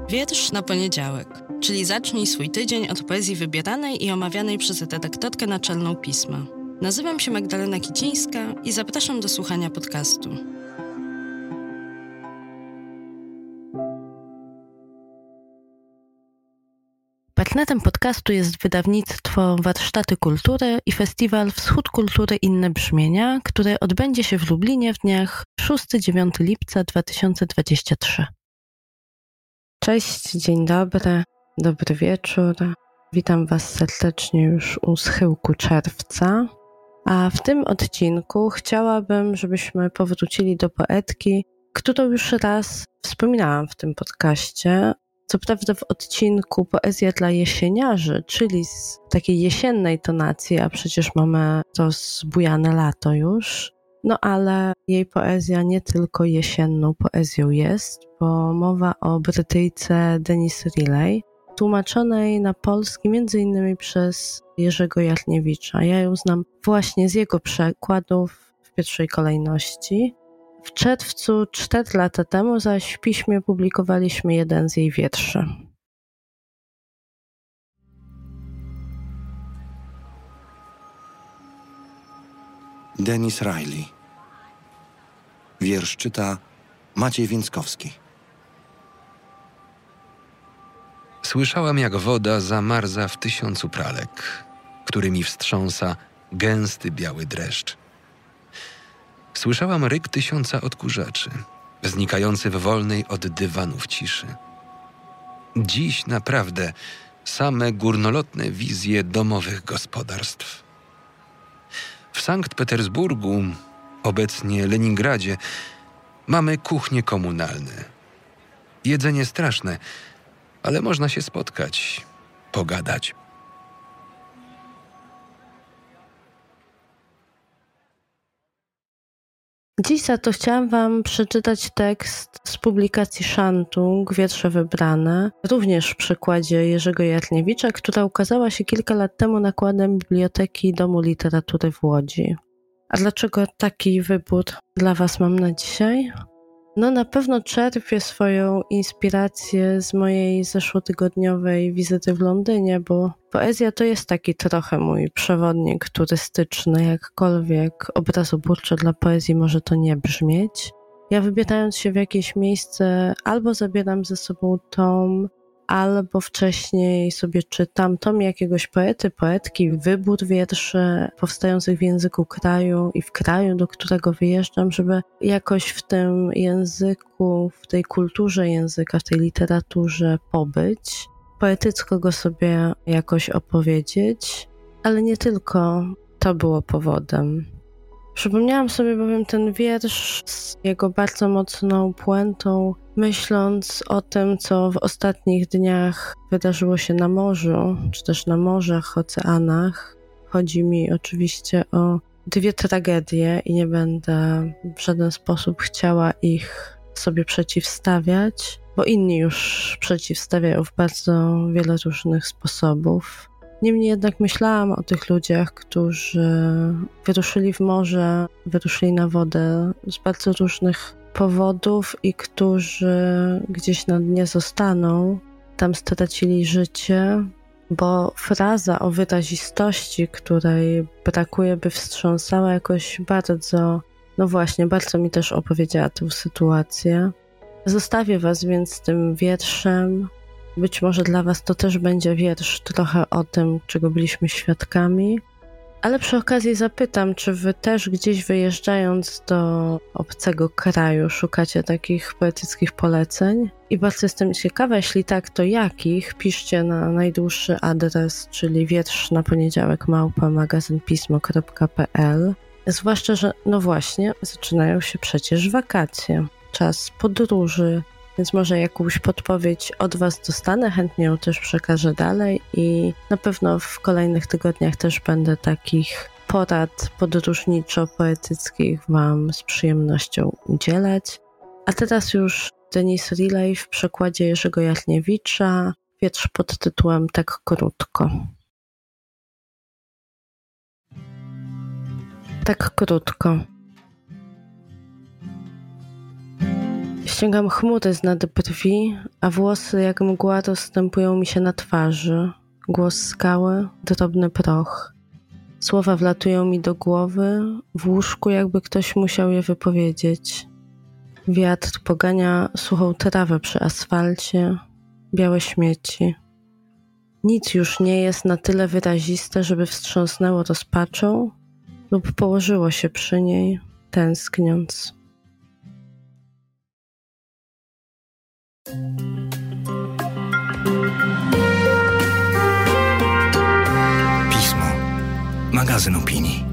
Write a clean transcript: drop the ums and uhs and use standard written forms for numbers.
Wiersz na poniedziałek, czyli zacznij swój tydzień od poezji wybieranej i omawianej przez redaktorkę naczelną pisma. Nazywam się Magdalena Kicińska i zapraszam do słuchania podcastu. Partnerem podcastu jest wydawnictwo Warsztaty Kultury i festiwal Wschód Kultury Inne Brzmienia, który odbędzie się w Lublinie w dniach 6-9 lipca 2023. Cześć, dzień dobry, dobry wieczór. Witam Was serdecznie już u schyłku czerwca. A w tym odcinku chciałabym, żebyśmy powrócili do poetki, którą już raz wspominałam w tym podcaście. Co prawda w odcinku Poezja dla jesieniarzy, czyli z takiej jesiennej tonacji, a przecież mamy rozbujane lato już. No ale jej poezja nie tylko jesienną poezją jest, bo mowa o Brytyjce Denise Riley, tłumaczonej na polski m.in. przez Jerzego Jarniewicza. Ja ją znam właśnie z jego przekładów w pierwszej kolejności. W czerwcu 4 lata temu zaś w piśmie publikowaliśmy jeden z jej wierszy. Denise Riley. Wiersz czyta Maciej Więckowski. Słyszałam, jak woda zamarza w 1000 pralek, którymi wstrząsa gęsty biały dreszcz. Słyszałam ryk 1000 odkurzaczy, znikający w wolnej od dywanów ciszy. Dziś naprawdę same górnolotne wizje domowych gospodarstw. W Sankt Petersburgu, obecnie Leningradzie, mamy kuchnie komunalne. Jedzenie straszne, ale można się spotkać, pogadać. Dziś za to chciałam Wam przeczytać tekst z publikacji Szantung, Wiersze wybrane, również w przekładzie Jerzego Jarniewicza, która ukazała się kilka lat temu nakładem Biblioteki Domu Literatury w Łodzi. A dlaczego taki wybór dla Was mam na dzisiaj? No na pewno czerpię swoją inspirację z mojej zeszłotygodniowej wizyty w Londynie, bo poezja to jest taki trochę mój przewodnik turystyczny, jakkolwiek obrazoburczo dla poezji może to nie brzmieć. Ja wybierając się w jakieś miejsce albo zabieram ze sobą tom, albo wcześniej sobie czytam tom jakiegoś poety, poetki, wybór wierszy powstających w języku kraju i w kraju, do którego wyjeżdżam, żeby jakoś w tym języku, w tej kulturze języka, w tej literaturze pobyć, poetycko go sobie jakoś opowiedzieć, ale nie tylko to było powodem. Przypomniałam sobie bowiem ten wiersz z jego bardzo mocną puentą, myśląc o tym, co w ostatnich dniach wydarzyło się na morzu, czy też na morzach, oceanach. Chodzi mi oczywiście o 2 tragedie i nie będę w żaden sposób chciała ich sobie przeciwstawiać, bo inni już przeciwstawiają w bardzo wiele różnych sposobów. Niemniej jednak myślałam o tych ludziach, którzy wyruszyli w morze, wyruszyli na wodę z bardzo różnych powodów i którzy gdzieś na dnie zostaną, tam stracili życie, bo fraza o wyrazistości, której brakuje, by wstrząsała jakoś bardzo, no właśnie, bardzo mi też opowiedziała tę sytuację. Zostawię Was więc z tym wierszem. Być może dla Was to też będzie wiersz trochę o tym, czego byliśmy świadkami, ale przy okazji zapytam, czy Wy też gdzieś wyjeżdżając do obcego kraju szukacie takich poetyckich poleceń? I bardzo jestem ciekawa, jeśli tak, to jakich? Piszcie na najdłuższy adres, czyli wiersz na poniedziałek @magazynpismo.pl. Zwłaszcza, że no właśnie, zaczynają się przecież wakacje, czas podróży, więc może jakąś podpowiedź od Was dostanę, chętnie ją też przekażę dalej i na pewno w kolejnych tygodniach też będę takich porad podróżniczo-poetyckich Wam z przyjemnością udzielać. A teraz już Denise Riley w przekładzie Jerzego Jarniewicza, wiersz pod tytułem Tak krótko. Tak krótko. Ściągam chmury z nad brwi, a włosy jak mgła rozstępują mi się na twarzy. Głos skały, drobny proch. Słowa wlatują mi do głowy, w łóżku jakby ktoś musiał je wypowiedzieć. Wiatr pogania suchą trawę przy asfalcie, białe śmieci. Nic już nie jest na tyle wyraziste, żeby wstrząsnęło rozpaczą lub położyło się przy niej, tęskniąc. Pismo. Magazyn opinii.